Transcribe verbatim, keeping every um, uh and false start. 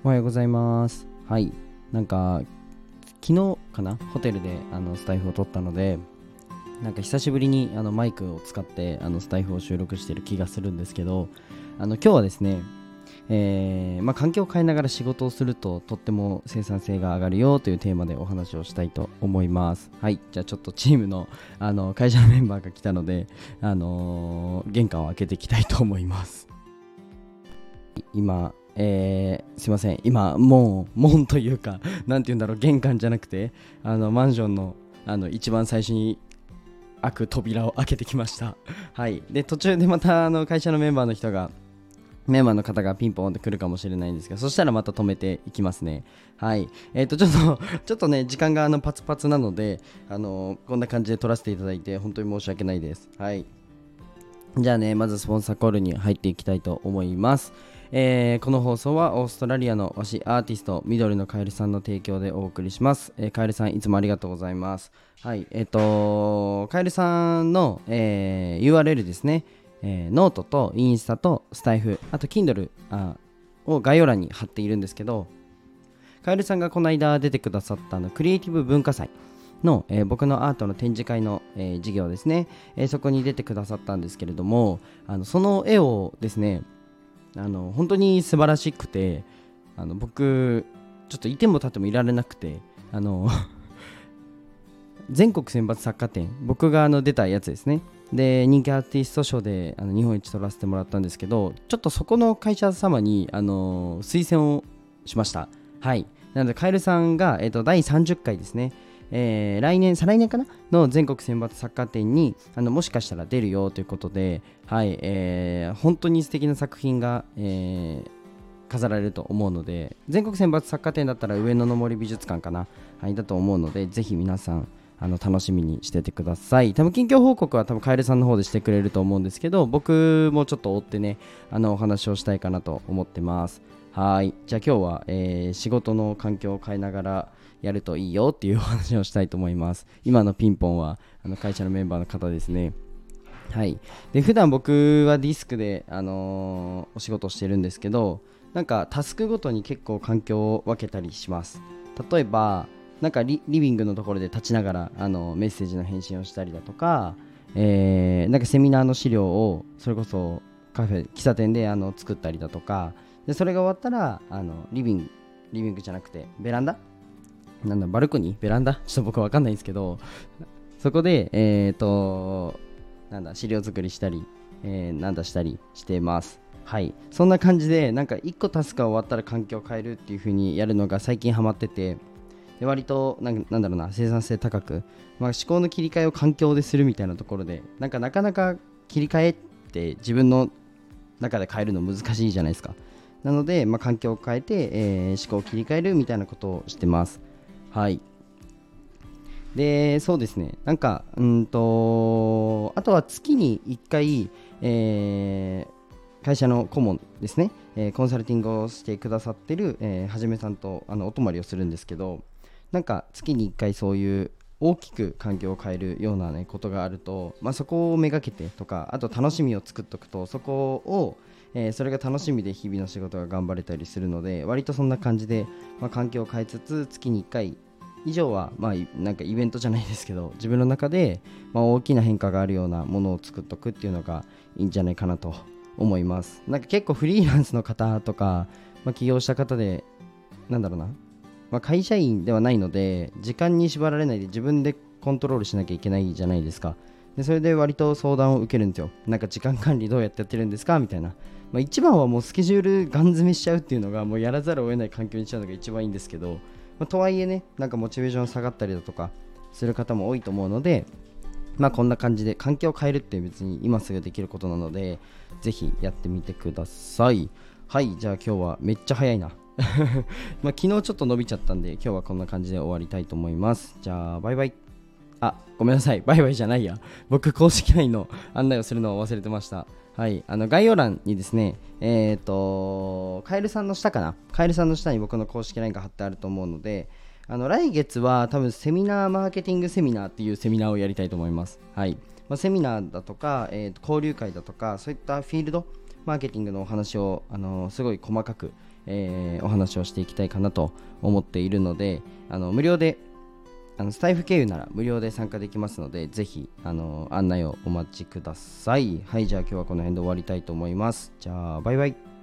おはようございます。はい。なんか、昨日かなホテルであのスタイフを撮ったので、なんか久しぶりにあのマイクを使ってあのスタイフを収録している気がするんですけど、あの今日はですね、えーまあ、環境を変えながら仕事をするととっても生産性が上がるよというテーマでお話をしたいと思います。はい。じゃあちょっとチームの、あの会社のメンバーが来たので、あのー玄関を開けていきたいと思います。今、えー、すいません。今、もう、門というか、なんて言うんだろう、玄関じゃなくて、あの、マンションの、あの、一番最初に開く扉を開けてきました。はい。で、途中でまた、あの、会社のメンバーの人が、メンバーの方がピンポンって来るかもしれないんですが、そしたらまた止めていきますね。はい。えっ、ー、と、ちょっと、ちょっとね、時間があのパツパツなので、あの、こんな感じで撮らせていただいて、本当に申し訳ないです。はい。じゃあね、まずスポンサーコールに入っていきたいと思います。えーこの放送はオーストラリアの推しアーティスト緑のカエルさんの提供でお送りします。えーカエルさんいつもありがとうございます。はい、えっ、とカエルさんの、えー ユーアールエル ですね、えーノートとインスタとスタイフ、あと Kindle あを概要欄に貼っているんですけど、カエルさんがこの間出てくださったあのクリエイティブ文化祭の、えー僕のアートの展示会の、えー授業ですね、えーそこに出てくださったんですけれども、あのその絵をですね、あの本当に素晴らしくて、あの僕ちょっといても立ってもいられなくて、あの全国選抜作家展、僕があの出たやつですね、で人気アーティスト賞であの日本一取らせてもらったんですけど、ちょっとそこの会社様にあの推薦をしました。はい。なのでカエルさんが、えー、とだいさんじゅっかいですね、えー来年再来年かなの全国選抜作家展にあのもしかしたら出るよということで、はい、えー本当に素敵な作品が、えー飾られると思うので、全国選抜作家展だったら上野の森美術館かな、はい、だと思うので、ぜひ皆さんあの楽しみにしててください。多分近況報告は多分カエルさんの方でしてくれると思うんですけど、僕もちょっと追ってね、あのお話をしたいかなと思ってます。はい。じゃあ今日は、えー仕事の環境を変えながらやるといいよっていうお話をしたいと思います。今のピンポンはあの会社のメンバーの方ですね。はい。で、普段僕はディスクで、あのーお仕事をしてるんですけど、なんかタスクごとに結構環境を分けたりします。例えば、なんかリ、リビングのところで立ちながら、あのメッセージの返信をしたりだとか、えーなんかセミナーの資料をそれこそカフェ、喫茶店であの作ったりだとか、でそれが終わったら、あのリビング、リビングじゃなくてベランダなんだ、バルコニーベランダちょっと僕わかんないんですけど、そこで、えっ、と、なんだ、資料作りしたり、えーなんだしたりしてます。はい。そんな感じで、なんかいっこタスクが終わったら環境を変えるっていう風にやるのが最近ハマってて、で割となんなんだろうな、生産性高く、まあ、思考の切り替えを環境でするみたいなところで、なんかなかなか切り替えって自分の中で変えるの難しいじゃないですか。なので、まあ、環境を変えて、えー思考を切り替えるみたいなことをしてます。はい。で、そうですね。なんか、うんと、あとは月にいっかい、えー会社の顧問ですね、えーコンサルティングをしてくださってる、えーはじめさんとあのお泊まりをするんですけど、なんか月にいっかいそういう大きく環境を変えるような、ね、ことがあると、まあ、そこをめがけてとか、あと楽しみを作っておくと、そこを、えーそれが楽しみで日々の仕事が頑張れたりするので、割とそんな感じで、まあ、環境を変えつつ月にいっかい以上は、まあ、なんかイベントじゃないですけど、自分の中で、まあ、大きな変化があるようなものを作っておくっていうのがいいんじゃないかなと思います。なんか結構フリーランスの方とか、まあ、起業した方で、なんだろうな、まあ、会社員ではないので、時間に縛られないで自分でコントロールしなきゃいけないじゃないですか。でそれで割と相談を受けるんですよ。なんか時間管理どうやってやってるんですかみたいな。まあ、一番はもうスケジュールガン詰めしちゃうっていうのが、もうやらざるを得ない環境にしちゃうのが一番いいんですけど、まあ、とはいえね、なんかモチベーション下がったりだとかする方も多いと思うので、まあこんな感じで環境を変えるって別に今すぐできることなので、ぜひやってみてください。はい、じゃあ今日はめっちゃ早いな。まあ昨日ちょっと伸びちゃったんで、今日はこんな感じで終わりたいと思います。じゃあバイバイ。あ、ごめんなさい。バイバイじゃないや。僕、公式 ライン の案内をするのを忘れてました。はい。あの、概要欄にですね、えっ、と、カエルさんの下かな。カエルさんの下に僕の公式 ライン が貼ってあると思うので、あの、来月は多分セミナー、マーケティングセミナーっていうセミナーをやりたいと思います。はい。まあ、セミナーだとか、えーと交流会だとか、そういったフィールドマーケティングのお話を、あのすごい細かく、えーお話をしていきたいかなと思っているので、あの無料であのスタイフ経由なら無料で参加できますので、ぜひあの案内をお待ちください。はい、じゃあ今日はこの辺で終わりたいと思います。じゃあバイバイ。